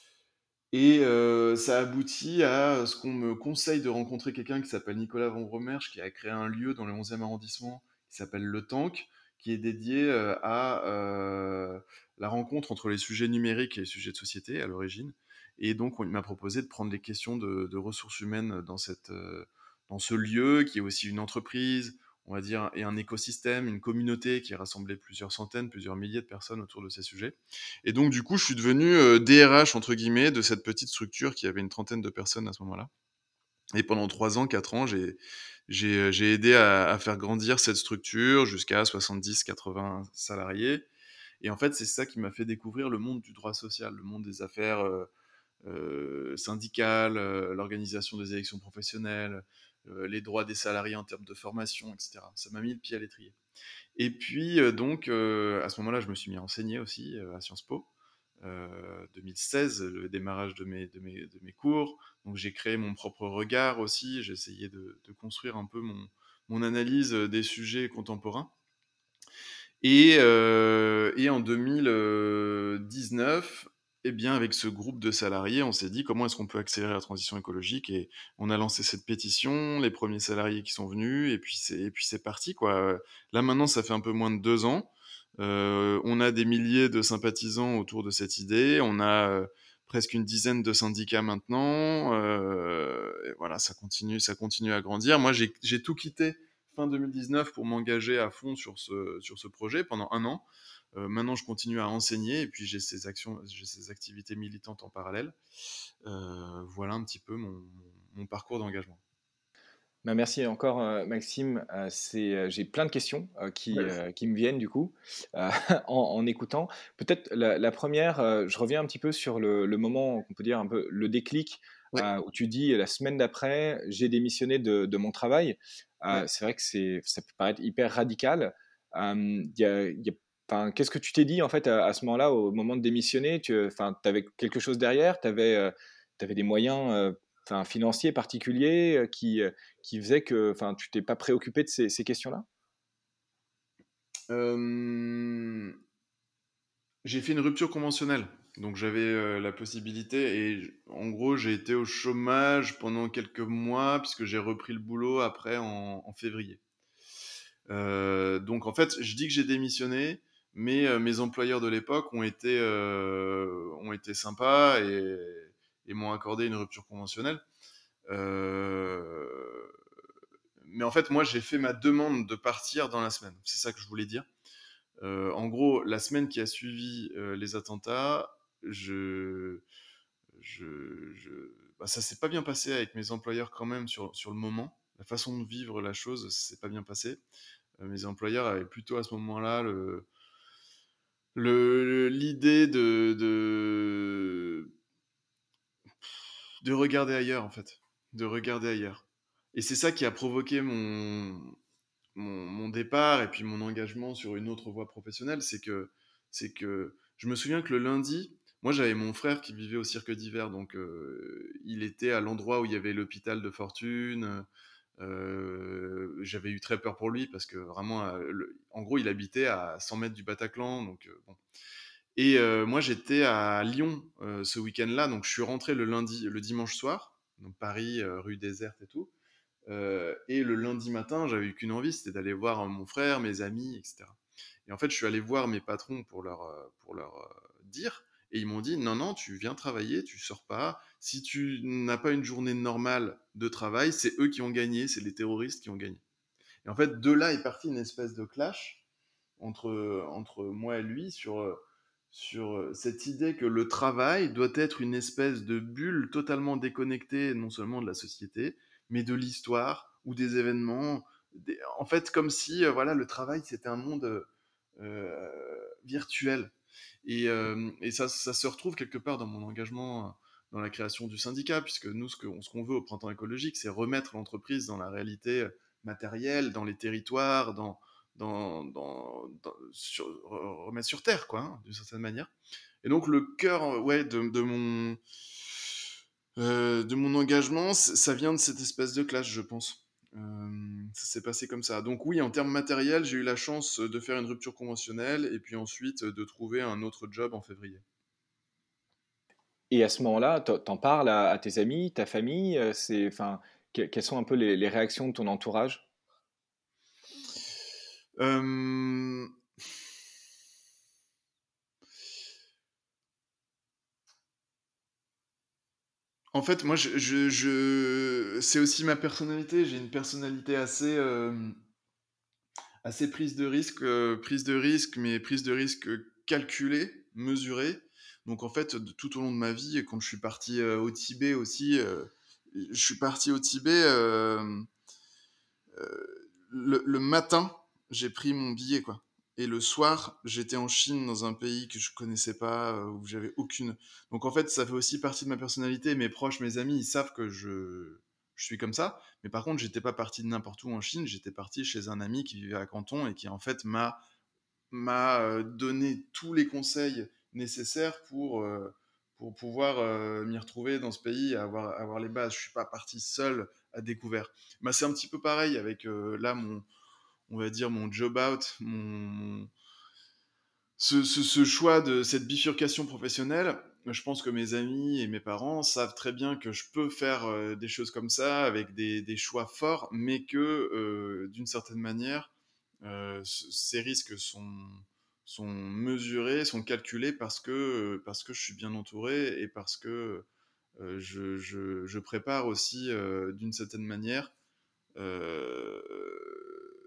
et euh, ça aboutit à ce qu'on me conseille de rencontrer quelqu'un qui s'appelle Nicolas Van Romersch, qui a créé un lieu dans le onzième arrondissement qui s'appelle Le Tank, qui est dédié euh, à euh, la rencontre entre les sujets numériques et les sujets de société à l'origine. Et donc, on- il m'a proposé de prendre les questions de, de ressources humaines dans, cette, euh, dans ce lieu, qui est aussi une entreprise, on va dire, et un écosystème, une communauté qui a rassemblé plusieurs centaines, plusieurs milliers de personnes autour de ces sujets. Et donc, du coup, je suis devenu euh, D R H, entre guillemets, de cette petite structure qui avait une trentaine de personnes à ce moment-là. Et pendant trois ans, quatre ans, j'ai, j'ai, euh, j'ai aidé à, à faire grandir cette structure jusqu'à soixante-dix, quatre-vingts salariés. Et en fait, c'est ça qui m'a fait découvrir le monde du droit social, le monde des affaires euh, euh, syndicales, euh, l'organisation des élections professionnelles, euh, les droits des salariés en termes de formation, et cetera. Ça m'a mis le pied à l'étrier. Et puis, euh, donc, euh, à ce moment-là, je me suis mis à enseigner aussi euh, à Sciences Po. Euh, deux mille seize, le démarrage de mes, de, mes, de mes cours. Donc, j'ai créé mon propre regard aussi. J'ai essayé de, de construire un peu mon, mon analyse des sujets contemporains. Et, euh, et en deux mille dix-neuf, eh bien, avec ce groupe de salariés, on s'est dit comment est-ce qu'on peut accélérer la transition écologique et on a lancé cette pétition, les premiers salariés qui sont venus et puis c'est, et puis c'est parti quoi. Là maintenant, ça fait un peu moins de deux ans. Euh, on a des milliers de sympathisants autour de cette idée. On a euh, presque une dizaine de syndicats maintenant. Euh, et voilà, ça continue, ça continue à grandir. Moi, j'ai, j'ai tout quitté fin deux mille dix-neuf pour m'engager à fond sur ce, sur ce projet pendant un an. Euh, maintenant, je continue à enseigner et puis j'ai ces actions, j'ai ces activités militantes en parallèle. Euh, voilà un petit peu mon, mon, mon parcours d'engagement.
Bah, merci encore, euh, Maxime. Euh, c'est, euh, j'ai plein de questions euh, qui,
Ouais.
euh, qui me viennent du coup euh, en, en écoutant. Peut-être la, la première, euh, je reviens un petit peu sur le, le moment qu'on peut dire un peu le déclic
Ouais.
euh, où tu dis la semaine d'après, j'ai démissionné de, de mon travail. Euh,
Ouais.
c'est vrai que c'est, ça peut paraître hyper radical. Euh, y a, y a- enfin, qu'est-ce que tu t'es dit en fait à, à ce moment-là, au moment de démissionner? Tu enfin, avais quelque chose derrière? Tu avais, des moyens euh, enfin, financiers particuliers euh, qui, euh, qui faisait que enfin, tu t'es pas préoccupé de ces, ces questions-là?
Euh, j'ai fait une rupture conventionnelle. Donc j'avais euh, la possibilité et en gros j'ai été au chômage pendant quelques mois puisque j'ai repris le boulot après en, en février. Euh, donc en fait je dis que j'ai démissionné, mais euh, mes employeurs de l'époque ont été, euh, ont été sympas et, et m'ont accordé une rupture conventionnelle. Euh, mais en fait moi j'ai fait ma demande de partir dans la semaine. C'est ça que je voulais dire. Euh, en gros, la semaine qui a suivi euh, les attentats, je, je, je... Bah, ça s'est pas bien passé avec mes employeurs quand même sur, sur le moment. La façon de vivre la chose, ça s'est pas bien passé. Euh, mes employeurs avaient plutôt à ce moment-là le, le, l'idée de, de, de regarder ailleurs en fait, de regarder ailleurs. Et c'est ça qui a provoqué mon, mon, mon départ et puis mon engagement sur une autre voie professionnelle, c'est que, c'est que je me souviens que le lundi, moi j'avais mon frère qui vivait au cirque d'hiver, donc euh, il était à l'endroit où il y avait l'hôpital de fortune. Euh, j'avais eu très peur pour lui parce que vraiment, euh, le- en gros, il habitait à cent mètres du Bataclan, donc euh, bon. Et euh, moi j'étais à Lyon euh, ce week-end-là, donc je suis rentré le lundi, le dimanche soir, donc Paris, euh, rue déserte et tout. Euh, et le lundi matin, j'avais eu qu'une envie, c'était d'aller voir euh, mon frère, mes amis, et cetera. Et en fait, je suis allé voir mes patrons pour leur, euh, pour leur euh, dire, et ils m'ont dit, non, non, tu viens travailler, tu sors pas. Si tu n'as pas une journée normale de travail, c'est eux qui ont gagné, c'est les terroristes qui ont gagné. Et en fait, de là est partie une espèce de clash entre, entre moi et lui sur, euh, sur euh, cette idée que le travail doit être une espèce de bulle totalement déconnectée non seulement de la société, mais de l'histoire ou des événements. Des... En fait, comme si euh, voilà, le travail, c'était un monde euh, virtuel. Et, euh, et ça, ça, se retrouve quelque part dans mon engagement euh, dans la création du syndicat, puisque nous, ce qu'on ce qu'on veut au printemps écologique, c'est remettre l'entreprise dans la réalité matérielle, dans les territoires, dans, dans, dans, dans sur, remettre sur terre, quoi, hein, d'une certaine manière. Et donc le cœur, ouais, de, de mon euh, de mon engagement, ça vient de cette espèce de clash, je pense. Euh, ça s'est passé comme ça. Donc oui, en termes matériels, j'ai eu la chance de faire une rupture conventionnelle et puis ensuite de trouver un autre job en février.
Et à ce moment-là, t'en t'en parles à, à tes amis, ta famille, euh, c'est, enfin, que- quelles sont un peu les, les réactions de ton entourage?
Euh, En fait, moi, je, je, je- c'est aussi ma personnalité. J'ai une personnalité assez, euh, assez prise de risque, euh, prise de risque, mais prise de risque calculée, mesurée. Donc en fait, de- tout au long de ma vie, quand je suis parti euh, au Tibet aussi, euh, je suis parti au Tibet euh, le, le matin, j'ai pris mon billet quoi. Et le soir, j'étais en Chine dans un pays que je connaissais pas, euh, où j'avais aucune. Donc en fait, ça fait aussi partie de ma personnalité. Mes proches, mes amis, ils savent que je, je suis comme ça. Mais par contre, j'étais pas parti de n'importe où en Chine. J'étais parti chez un ami qui vivait à Canton et qui en fait m'a m'a euh, donné tous les conseils nécessaires pour, euh, pour pouvoir euh, m'y retrouver dans ce pays, avoir, avoir les bases. Je suis pas parti seul à découvert. Bah, c'est un petit peu pareil avec euh, là mon, on va dire mon job out, mon, mon- ce, ce, ce choix de cette bifurcation professionnelle. Je pense que mes amis et mes parents savent très bien que je peux faire euh, des choses comme ça avec des, des choix forts, mais que euh, d'une certaine manière, euh, ces risques sont, sont mesurés, sont calculés parce que, parce que je suis bien entouré et parce que euh, je, je, je prépare aussi euh, d'une certaine manière euh,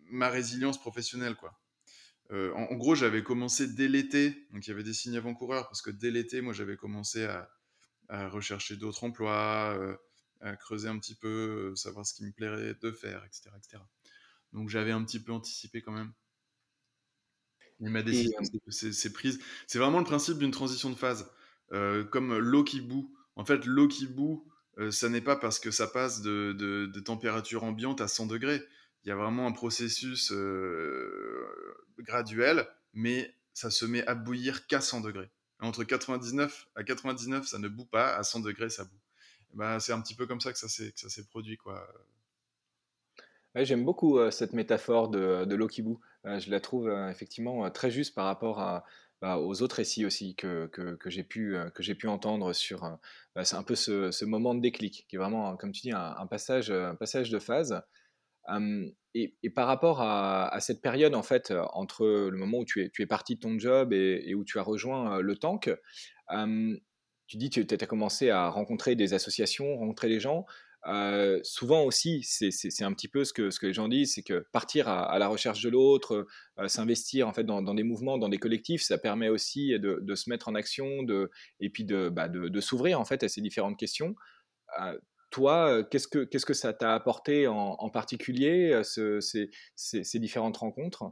ma résilience professionnelle, quoi. Euh, en, en, gros, j'avais commencé dès l'été, donc il y avait des signes avant-coureurs, parce que dès l'été, moi, j'avais commencé à, à rechercher d'autres emplois, euh, à creuser un petit peu, euh, savoir ce qui me plairait de faire, et cetera, et cetera. Donc j'avais un petit peu anticipé quand même. Et ma
Et
décision s'est prise. C'est vraiment le principe d'une transition de phase. Euh, comme l'eau qui bout. En fait, l'eau qui bout, euh, ça n'est pas parce que ça passe de, de, de température ambiante à cent degrés. Il y a vraiment un processus euh, graduel, mais ça se met à bouillir qu'à cent degrés. Entre quatre-vingt-dix-neuf à quatre-vingt-dix-neuf, ça ne bout pas, à cent degrés, ça bout. Et ben, c'est un petit peu comme ça que ça s'est, que ça s'est produit, quoi.
Ouais, j'aime beaucoup euh, cette métaphore de, de l'eau qui bout. Euh, je la trouve euh, effectivement euh, très juste par rapport à, bah, aux autres récits aussi que, que, que j'ai pu, euh, que j'ai pu entendre sur euh, bah, c'est un peu ce, ce moment de déclic qui est vraiment, comme tu dis, un, un passage, un passage de phase. Hum, et, et par rapport à, à cette période, en fait, euh, entre le moment où tu es, tu es parti de ton job et, et où tu as rejoint euh, le tank, hum, tu dis que tu as commencé à rencontrer des associations, rencontrer des gens. Euh, souvent aussi, c'est c'est- c'est un petit peu ce que, ce que les gens disent, c'est que partir à, à la recherche de l'autre, euh, s'investir en fait dans, dans des mouvements, dans des collectifs, ça permet aussi de, de se mettre en action, de, et puis de, bah, de, de s'ouvrir en fait à ces différentes questions. Euh, Toi, euh, qu'est-ce que, qu'est-ce que ça t'a apporté en, en particulier, euh, ce- ces, ces- ces différentes rencontres?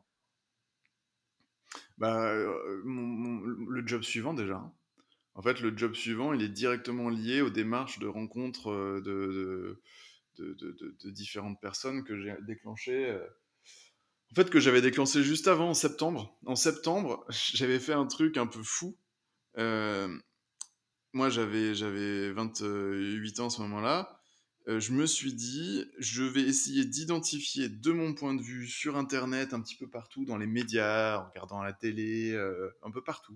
Bah, euh, mon- mon- le job suivant déjà, hein. En fait, le job suivant, il est directement lié aux démarches de rencontres euh, de, de, de, de- de différentes personnes que j'ai déclenchées. euh. En fait, que j'avais déclenché juste avant, en septembre. En septembre, j'avais fait un truc un peu fou. Euh, Moi, j'avais, j'avais vingt-huit ans à ce moment-là. Euh, je me suis dit, je vais essayer d'identifier de mon point de vue sur Internet, un petit peu partout, dans les médias, en regardant à la télé, euh, un peu partout,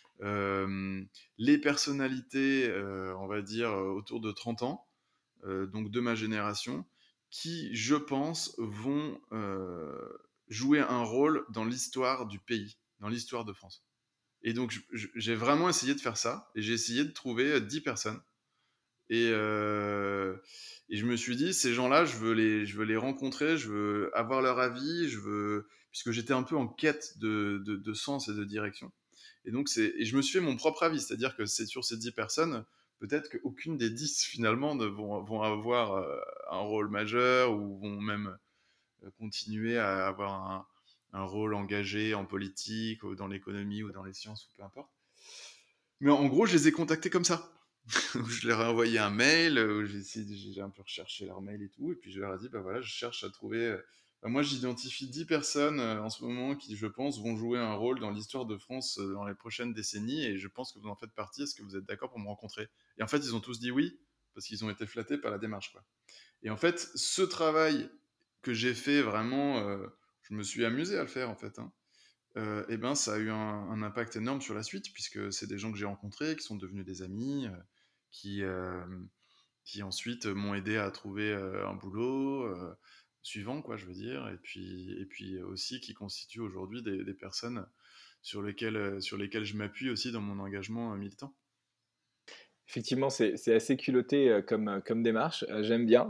euh, les personnalités, euh, on va dire, euh, autour de trente ans, euh, donc de ma génération, qui, je pense, vont euh, jouer un rôle dans l'histoire du pays, dans l'histoire de France. Et donc, je- je- j'ai vraiment essayé de faire ça, et j'ai essayé de trouver euh, dix personnes. Et, euh, et je me suis dit, ces gens-là, je veux les, je veux les rencontrer, je veux avoir leur avis, je veux, puisque j'étais un peu en quête de, de, de sens et de direction. Et donc, c'est, et je me suis fait mon propre avis, c'est-à-dire que c'est sur ces dix personnes, peut-être qu'aucune des dix finalement ne vont, vont avoir euh, un rôle majeur ou vont même euh, continuer à avoir un, un rôle engagé en politique ou dans l'économie ou dans les sciences ou peu importe. Mais en gros, je les ai contactés comme ça. Je leur ai envoyé un mail, où j'ai essayé, j'ai un peu recherché leur mail et tout, et puis je leur ai dit, bah voilà, je cherche à trouver. euh, bah moi, j'identifie dix personnes euh, en ce moment qui, je pense, vont jouer un rôle dans l'histoire de France euh, dans les prochaines décennies, et je pense que vous en faites partie. Est-ce que vous êtes d'accord pour me rencontrer? Et en fait, ils ont tous dit oui, parce qu'ils ont été flattés par la démarche, quoi. Et en fait, ce travail que j'ai fait vraiment, euh, je me suis amusé à le faire, en fait, hein. Euh, eh ben, ça a eu un, un impact énorme sur la suite, puisque c'est des gens que j'ai rencontrés, qui sont devenus des amis, euh, qui, euh, qui ensuite m'ont aidé à trouver euh, un boulot euh, suivant, quoi, je veux dire, et puis, et puis aussi qui constituent aujourd'hui des, des personnes sur lesquelles, euh, sur lesquelles je m'appuie aussi dans mon engagement euh, militant.
Effectivement, c'est c'est assez culotté euh, comme, euh, comme démarche. Euh, j'aime bien.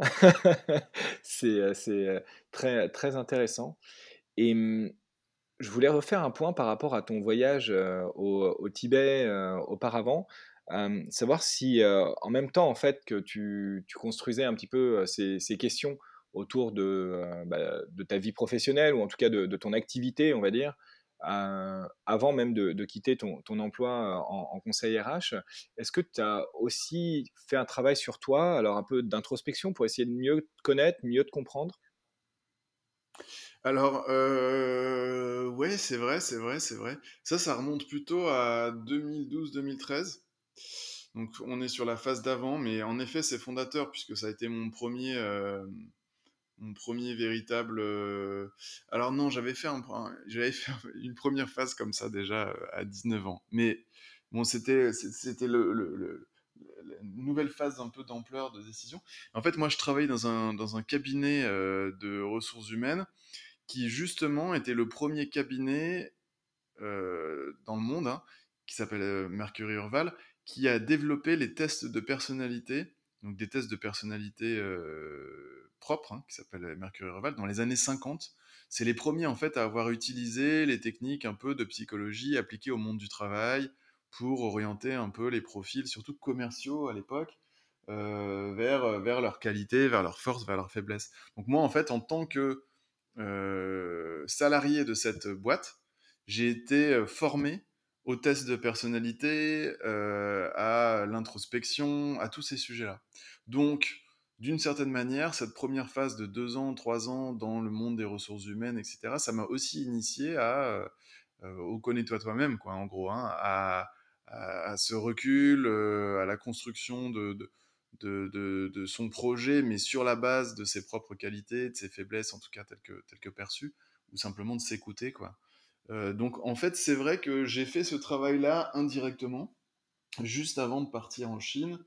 C'est euh, c'est, euh, très, très intéressant. Et hum, je voulais refaire un point par rapport à ton voyage euh, au, au Tibet euh, auparavant. Euh, savoir si, euh, en même temps, en fait, que tu, tu construisais un petit peu euh, ces, ces questions autour de, euh, bah, de ta vie professionnelle, ou en tout cas de, de ton activité, on va dire, euh, avant même de, de quitter ton, ton emploi euh, en, en conseil R H, est-ce que tu as aussi fait un travail sur toi, alors un peu d'introspection pour essayer de mieux te connaître, mieux te comprendre?
Alors, euh, ouais, c'est vrai, c'est vrai, c'est vrai. Ça, ça remonte plutôt à deux mille douze-deux mille treize. Donc, on est sur la phase d'avant, mais en effet, c'est fondateur, puisque ça a été mon premier, euh, mon premier véritable. euh, Alors non, j'avais fait, un, un- j'avais fait une première phase comme ça déjà euh, à dix-neuf ans. Mais bon, c'était, c'est- c'était le, le- le- la nouvelle phase un peu d'ampleur de décision. En fait, moi, je travaille dans un, dans un cabinet euh, de ressources humaines qui justement était le premier cabinet euh, dans le monde, hein, qui s'appelle euh, Mercury Urval, qui a développé les tests de personnalité, donc des tests de personnalité euh, propres, hein, qui s'appellent Mercury Urval, dans les années cinquante. c'est les premiers en fait à avoir utilisé les techniques un peu de psychologie appliquées au monde du travail pour orienter un peu les profils, surtout commerciaux à l'époque, euh, vers, vers leur qualité, vers leurs forces, vers leurs faiblesses. Donc moi, en fait, en tant que euh, salarié de cette boîte, j'ai été euh, formé aux tests de personnalité, euh, à l'introspection, à tous ces sujets-là. Donc, d'une certaine manière, cette première phase de deux ans, trois ans dans le monde des ressources humaines, et cetera, ça m'a aussi initié à, euh, au connais-toi toi-même, quoi, en gros, hein, à, à, à ce recul, euh, à la construction de, de, de, de, de son projet, mais sur la base de ses propres qualités, de ses faiblesses, en tout cas telles que, telles que perçues, ou simplement de s'écouter, quoi. Euh, donc en fait, c'est vrai que j'ai fait ce travail-là indirectement, juste avant de partir en Chine.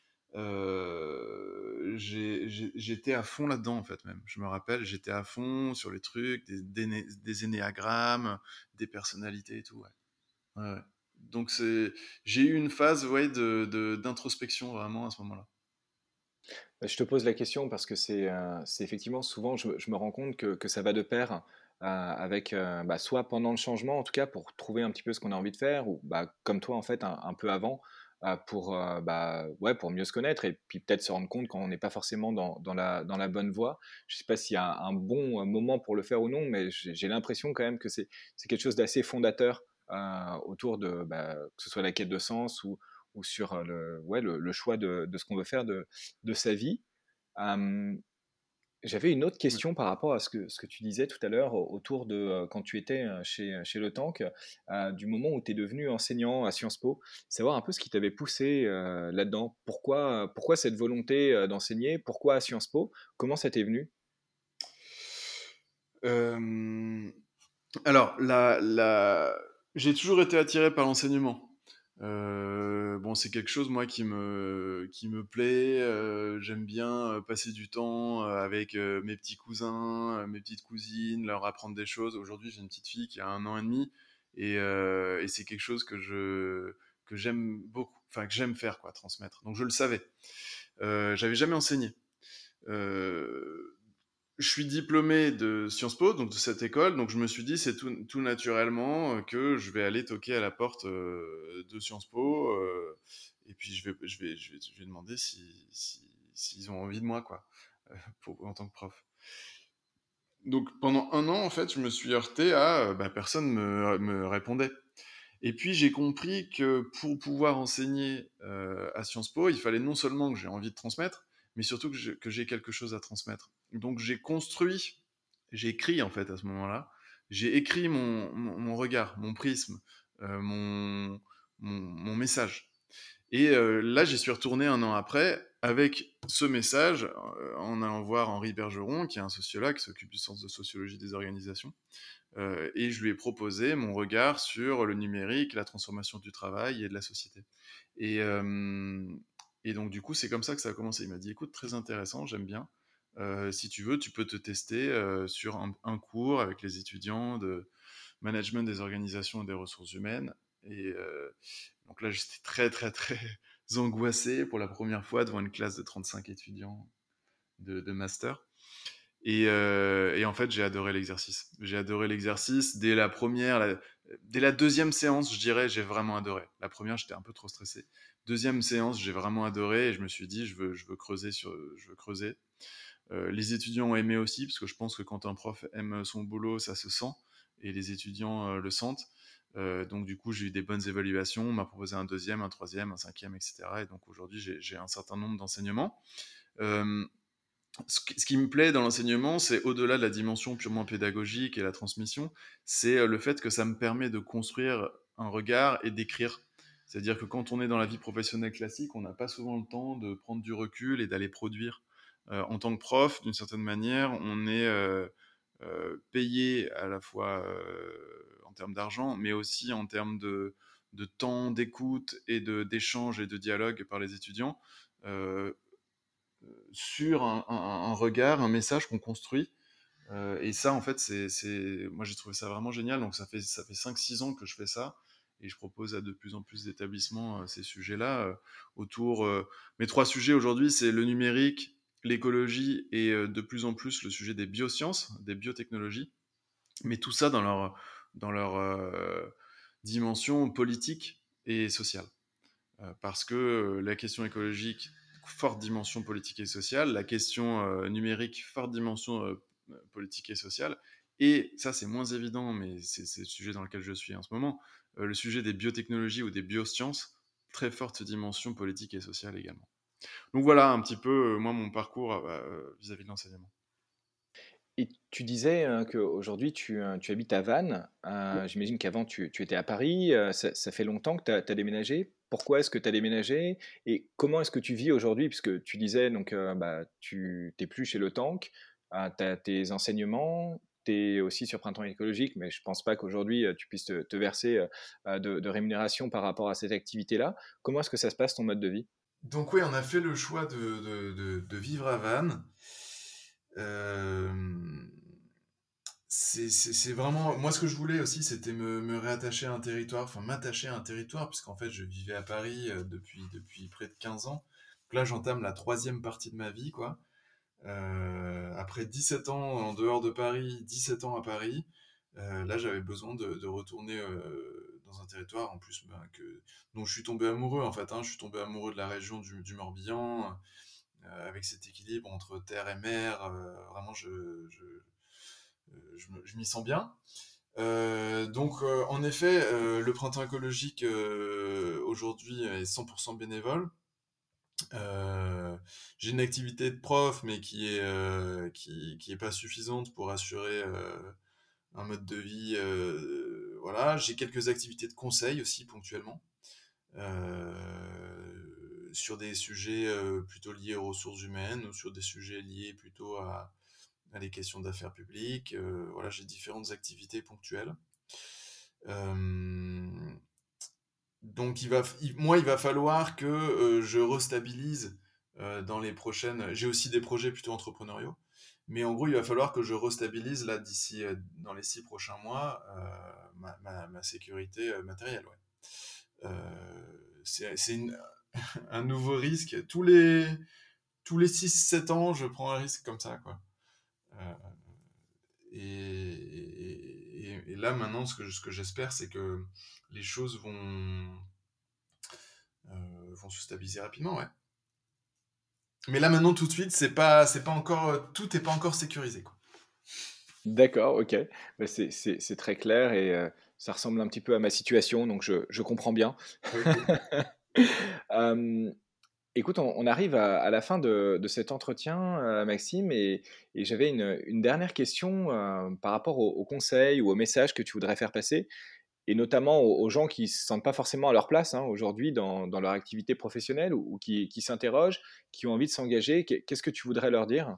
Euh, j'ai- j'ai- j'étais à fond là-dedans, en fait, même. Je me rappelle, j'étais à fond sur les trucs, des, des, né- des énéagrammes, des personnalités et tout, ouais. Ouais, ouais. Donc c'est, j'ai eu une phase, ouais, de, de- d'introspection vraiment à ce moment-là.
Bah, je te pose la question parce que c'est euh, c'est effectivement souvent, je, me je me rends compte que, que ça va de pair euh, avec, euh, bah, soit pendant le changement, en tout cas pour trouver un petit peu ce qu'on a envie de faire, ou bah, comme toi en fait, un, un peu avant, euh, pour, euh, bah, ouais, pour mieux se connaître et puis peut-être se rendre compte quand on n'est pas forcément dans, dans la, dans la bonne voie. Je sais pas s'il y a un, un bon euh, moment pour le faire ou non, mais j'ai j'ai l'impression quand même que c'est c'est quelque chose d'assez fondateur euh, autour de, bah, que ce soit la quête de sens ou, ou sur euh, le, ouais, le, le choix de, de ce qu'on veut faire de, de sa vie. Euh, J'avais une autre
Ouais.
question par rapport à ce que, ce que tu disais tout à l'heure au- autour de euh, quand tu étais euh, chez, chez Le Tank, euh, du moment où tu es devenu enseignant à Sciences Po, savoir un peu ce qui t'avait poussé euh, là-dedans. Pourquoi, pourquoi cette volonté euh, d'enseigner? Pourquoi à Sciences Po? Comment ça t'est venu?
Euh, alors, la, la... j'ai toujours été attiré par l'enseignement. Euh, bon, c'est quelque chose, moi, qui me, qui me plaît. Euh, j'aime bien euh, passer du temps euh, avec euh, mes petits cousins, euh, mes petites cousines, leur apprendre des choses. Aujourd'hui, j'ai une petite fille qui a un an et demi, et, euh, et c'est quelque chose que je, que j'aime beaucoup, enfin, que j'aime faire, quoi, transmettre. Donc, je le savais. Euh, j'avais jamais enseigné. Euh, je suis diplômé de Sciences Po, donc de cette école, donc je me suis dit c'est tout, tout naturellement euh, que je vais aller toquer à la porte euh, de Sciences Po, euh, et puis je vais, je vais, je vais, je vais demander si, si, s'ils ont envie de moi, quoi, euh, pour, en tant que prof. Donc pendant un an, en fait, je me suis heurté à euh, bah, personne me, me répondait. Et puis j'ai compris que pour pouvoir enseigner euh, à Sciences Po, il fallait non seulement que j'ai envie de transmettre, mais surtout que j'ai, que j'ai quelque chose à transmettre. Donc j'ai construit, j'ai écrit en fait à ce moment-là, j'ai écrit mon, mon, mon regard, mon prisme, euh, mon, mon, mon message. Et euh, là, j'y suis retourné un an après avec ce message, euh, en allant voir Henri Bergeron, qui est un sociologue qui s'occupe du sens de sociologie des organisations. Euh, et je lui ai proposé mon regard sur le numérique, la transformation du travail et de la société. Et, euh, et donc, du coup, c'est comme ça que ça a commencé. Il m'a dit, écoute, très intéressant, j'aime bien. Euh, si tu veux, tu peux te tester euh, sur un, un cours avec les étudiants de management des organisations et des ressources humaines. Et euh, donc là, j'étais très, très, très angoissé pour la première fois devant une classe de trente-cinq étudiants de, de master. Et, euh, et en fait, j'ai adoré l'exercice. J'ai adoré l'exercice. Dès la première, la- dès la deuxième séance, je dirais, j'ai vraiment adoré. La première, j'étais un peu trop stressé. Deuxième séance, j'ai vraiment adoré et je me suis dit, je veux, je veux creuser sur, je veux creuser. Euh, les étudiants ont aimé aussi, parce que je pense que quand un prof aime son boulot, ça se sent et les étudiants euh, le sentent. Euh, donc du coup, j'ai eu des bonnes évaluations. On m'a proposé un deuxième, un troisième, un cinquième, et cetera. Et donc aujourd'hui, j'ai, j'ai un certain nombre d'enseignements. Euh, ce qui, ce qui me plaît dans l'enseignement, c'est au-delà de la dimension purement pédagogique et la transmission, c'est euh, le fait que ça me permet de construire un regard et d'écrire. C'est-à-dire que quand on est dans la vie professionnelle classique, on n'a pas souvent le temps de prendre du recul et d'aller produire. Euh, en tant que prof, d'une certaine manière, on est euh, euh, payé à la fois euh, en termes d'argent, mais aussi en termes de, de temps d'écoute et de, d'échange et de dialogue par les étudiants. Euh, sur un, un- un regard, un message qu'on construit. Euh, et ça, en fait, c'est, c'est... moi j'ai trouvé ça vraiment génial. Donc ça fait, ça fait cinq six ans que je fais ça. Et je propose à de plus en plus d'établissements euh, ces sujets-là. Euh, autour. Euh, Mes trois sujets aujourd'hui, c'est le numérique, l'écologie et euh, de plus en plus le sujet des biosciences, des biotechnologies. mais tout ça dans leur, dans leur euh, dimension politique et sociale. Euh, parce que euh, la question écologique, forte dimension politique et sociale, la question euh, numérique, forte dimension euh, politique et sociale, et ça c'est moins évident, mais c'est, c'est le sujet dans lequel je suis en ce moment, euh, le sujet des biotechnologies ou des biosciences, très forte dimension politique et sociale également. Donc voilà un petit peu, euh, moi, mon parcours euh, vis-à-vis de l'enseignement.
Et tu disais euh, qu'aujourd'hui tu, euh, tu habites à Vannes. Euh, j'imagine qu'avant tu, tu étais à Paris. Euh, ça, ça fait longtemps que tu as déménagé. Pourquoi est-ce que tu as déménagé? Et comment est-ce que tu vis aujourd'hui? Puisque tu disais donc euh, bah, tu t'es plus chez le Tank, tu as tes enseignements, tu es aussi sur Printemps écologique, mais je pense pas qu'aujourd'hui euh, tu puisses te, te verser euh, de, de rémunération par rapport à cette activité-là. Comment est-ce que ça se passe ton mode de vie?
Donc oui, on a fait le choix de, de, de, de vivre à Vannes. Euh, c'est, c'est, c'est vraiment... Moi, ce que je voulais aussi, c'était me, me réattacher à un territoire, enfin m'attacher à un territoire, puisqu'en fait, je vivais à Paris euh, depuis, depuis près de quinze ans. Donc là, j'entame la troisième partie de ma vie, quoi. Euh, après dix-sept ans en dehors de Paris, dix-sept ans à Paris, euh, là, j'avais besoin de, de retourner euh, dans un territoire, en plus, ben, que, dont je suis tombé amoureux, en fait. Hein. Je suis tombé amoureux de la région du, du Morbihan, euh, avec cet équilibre entre terre et mer. Euh, vraiment, je, je, je, je m'y sens bien. Euh, donc, euh, en effet, euh, le printemps écologique euh, aujourd'hui est cent pour cent bénévole. Euh, j'ai une activité de prof, mais qui est euh, qui, qui est pas suffisante pour assurer euh, un mode de vie. Euh, voilà, j'ai quelques activités de conseil aussi ponctuellement euh, sur des sujets euh, plutôt liés aux ressources humaines ou sur des sujets liés plutôt à, à des questions d'affaires publiques. Euh, voilà, j'ai différentes activités ponctuelles. Euh, donc il va, il- moi, il va falloir que euh, je restabilise euh, dans les prochaines. J'ai aussi des projets plutôt entrepreneuriaux, mais en gros, il va falloir que je restabilise là d'ici euh, dans les six prochains mois euh, ma, ma- ma sécurité euh, matérielle. Ouais. Euh, c'est c'est une- un nouveau risque. Tous les tous les six sept ans, je prends un risque comme ça, quoi. Euh, et, et- et là maintenant, ce que ce que j'espère, c'est que les choses vont euh, vont se stabiliser rapidement, ouais. Mais là maintenant tout de suite, c'est pas, c'est pas encore, euh, tout est pas encore sécurisé, quoi.
D'accord, OK. Bah, c'est c'est c'est très clair et heu, ça ressemble un petit peu à ma situation, donc je je comprends bien.
Ok.
Hem, écoute, on on arrive à à la fin de de cet entretien, heu, Maxime, et et j'avais une une dernière question, heu, par rapport aux aux conseils ou aux messages que tu voudrais faire passer, et notamment aux aux gens qui se sentent pas forcément à leur place, hein, aujourd'hui dans dans leur activité professionnelle, ou ou qui qui s'interrogent, qui ont envie de s'engager. Qu'est qu'est-ce que tu voudrais leur dire?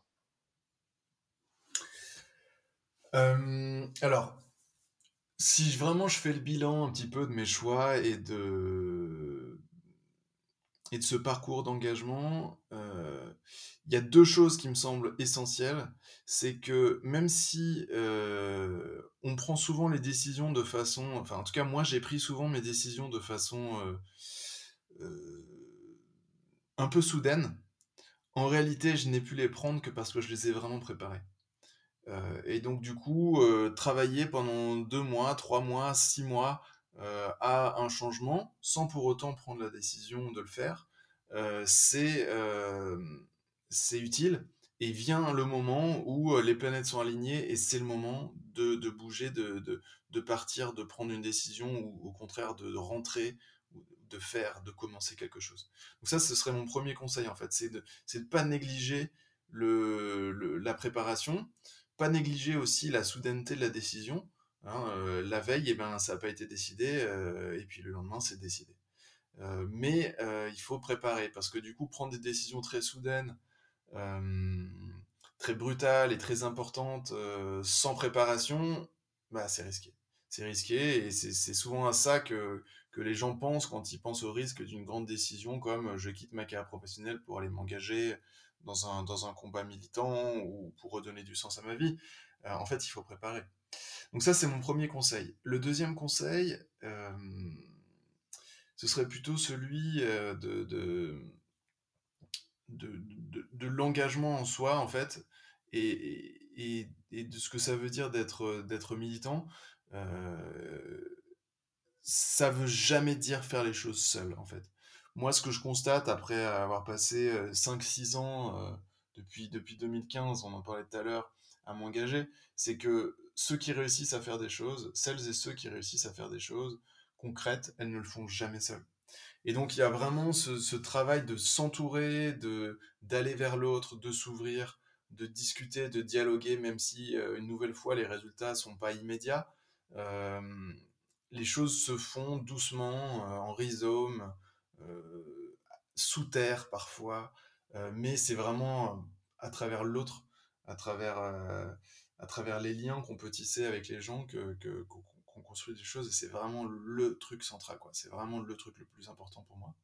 Euh, alors, si je- vraiment je fais le bilan un petit peu de mes choix et de et de ce parcours d'engagement, euh, il y a deux choses qui me semblent essentielles. C'est que même si euh, on prend souvent les décisions de façon, enfin en tout cas moi j'ai pris souvent mes décisions de façon euh, euh, un peu soudaine. En réalité, je n'ai pu les prendre que parce que je les ai vraiment préparés. Euh, et donc du coup, euh, travailler pendant deux mois, trois mois, six mois euh, à un changement, sans pour autant prendre la décision de le faire, euh, c'est euh, c'est utile. Et vient le moment où euh, les planètes sont alignées et c'est le moment de, de bouger, de, de, de partir, de prendre une décision ou au contraire de, de rentrer, ou de faire, de commencer quelque chose. Donc ça, ce serait mon premier conseil en fait, c'est de c'est de pas négliger le, le, la préparation, pas négliger aussi la soudaineté de la décision. Hein, euh, la veille, eh ben, ça n'a pas été décidé, euh, et puis le lendemain, c'est décidé. Euh, mais euh, il faut préparer, parce que du coup, prendre des décisions très soudaines, euh, très brutales et très importantes, euh, sans préparation, bah, c'est risqué. C'est risqué, et c'est c'est souvent à ça que, que les gens pensent quand ils pensent au risque d'une grande décision, comme euh, je quitte ma carrière professionnelle pour aller m'engager dans un, dans un combat militant ou pour redonner du sens à ma vie. Euh, en fait, il faut préparer. Donc ça, c'est mon premier conseil. Le deuxième conseil, euh, ce serait plutôt celui euh, de, de, de, de, de l'engagement en soi, en fait, et, et, et de ce que ça veut dire d'être, d'être militant, euh, ça veut jamais dire faire les choses seul, en fait. Moi, ce que je constate après avoir passé euh, cinq six ans, euh, depuis, depuis deux mille quinze, on en parlait tout à l'heure, à m'engager, c'est que ceux qui réussissent à faire des choses, celles et ceux qui réussissent à faire des choses concrètes, elles ne le font jamais seules. Et donc, il y a vraiment ce, ce travail de s'entourer, de, d'aller vers l'autre, de s'ouvrir, de discuter, de dialoguer, même si, euh, une nouvelle fois, les résultats sont pas immédiats. Euh, les choses se font doucement, euh, en rhizome, euh, sous terre parfois, euh, mais c'est vraiment à travers l'autre, à travers, euh, à travers les liens qu'on peut tisser avec les gens que, que, qu'on, qu'on construit des choses, et c'est vraiment le truc central, quoi. C'est vraiment le truc le plus important pour moi.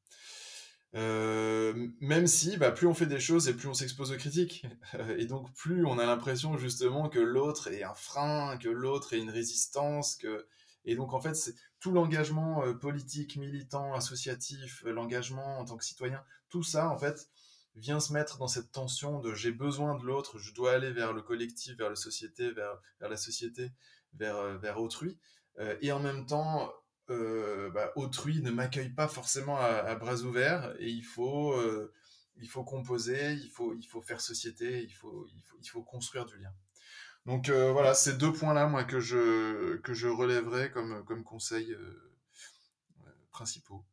Euh, même si, bah, plus on fait des choses et plus on s'expose aux critiques. Et donc, plus on a l'impression justement que l'autre est un frein, que l'autre est une résistance, que... Et donc, en fait, c'est tout l'engagement euh, politique, militant, associatif, euh, l'engagement en tant que citoyen, tout ça, en fait, vient se mettre dans cette tension de j'ai besoin de l'autre, je dois aller vers le collectif, vers la société, vers, vers la société, vers, euh, vers autrui. Euh, et en même temps, euh, bah, autrui ne m'accueille pas forcément à, à bras ouverts, et il faut, euh, il faut composer, il faut, il faut faire société, il faut, il faut, il faut construire du lien. Donc euh, voilà, ces deux points-là, moi, que je, que je relèverais comme, comme conseils euh, principaux.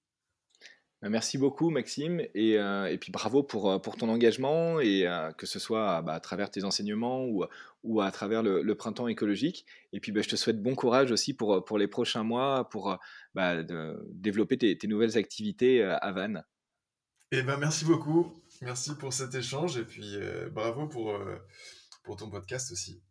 Merci beaucoup Maxime et, euh, et puis bravo pour, euh, pour ton engagement et euh, que ce soit bah, à travers tes enseignements ou, ou à travers le, le printemps écologique. Et puis bah, je te souhaite bon courage aussi pour, pour les prochains mois pour bah, de, développer tes, tes nouvelles activités à Vannes.
Eh ben merci beaucoup, merci pour cet échange et puis euh, bravo pour, euh, pour ton podcast aussi.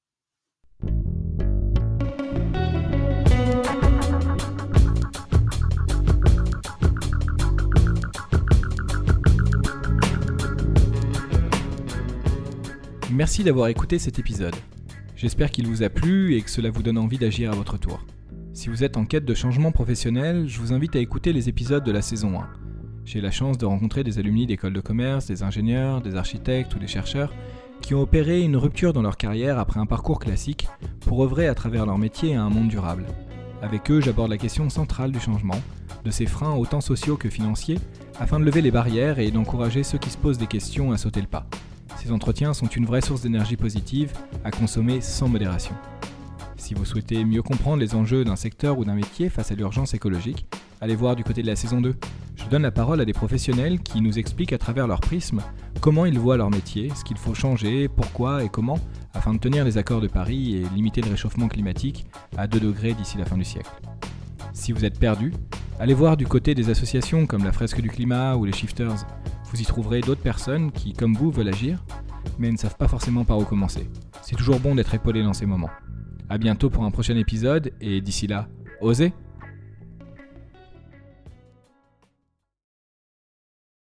Merci d'avoir écouté cet épisode. J'espère qu'il vous a plu et que cela vous donne envie d'agir à votre tour. Si vous êtes en quête de changement professionnel, je vous invite à écouter les épisodes de la saison un. J'ai la chance de rencontrer des alumni d'écoles de commerce, des ingénieurs, des architectes ou des chercheurs qui ont opéré une rupture dans leur carrière après un parcours classique pour œuvrer à travers leur métier à un monde durable. Avec eux, j'aborde la question centrale du changement, de ses freins autant sociaux que financiers, afin de lever les barrières et d'encourager ceux qui se posent des questions à sauter le pas. Ces entretiens sont une vraie source d'énergie positive à consommer sans modération. Si vous souhaitez mieux comprendre les enjeux d'un secteur ou d'un métier face à l'urgence écologique, allez voir du côté de la saison deux. Je donne la parole à des professionnels qui nous expliquent à travers leur prisme comment ils voient leur métier, ce qu'il faut changer, pourquoi et comment, afin de tenir les accords de Paris et limiter le réchauffement climatique à deux degrés d'ici la fin du siècle. Si vous êtes perdu, allez voir du côté des associations comme la Fresque du Climat ou les Shifters. Vous y trouverez d'autres personnes qui, comme vous, veulent agir, mais ne savent pas forcément par où commencer. C'est toujours bon d'être épaulé dans ces moments. À bientôt pour un prochain épisode, et d'ici là, osez!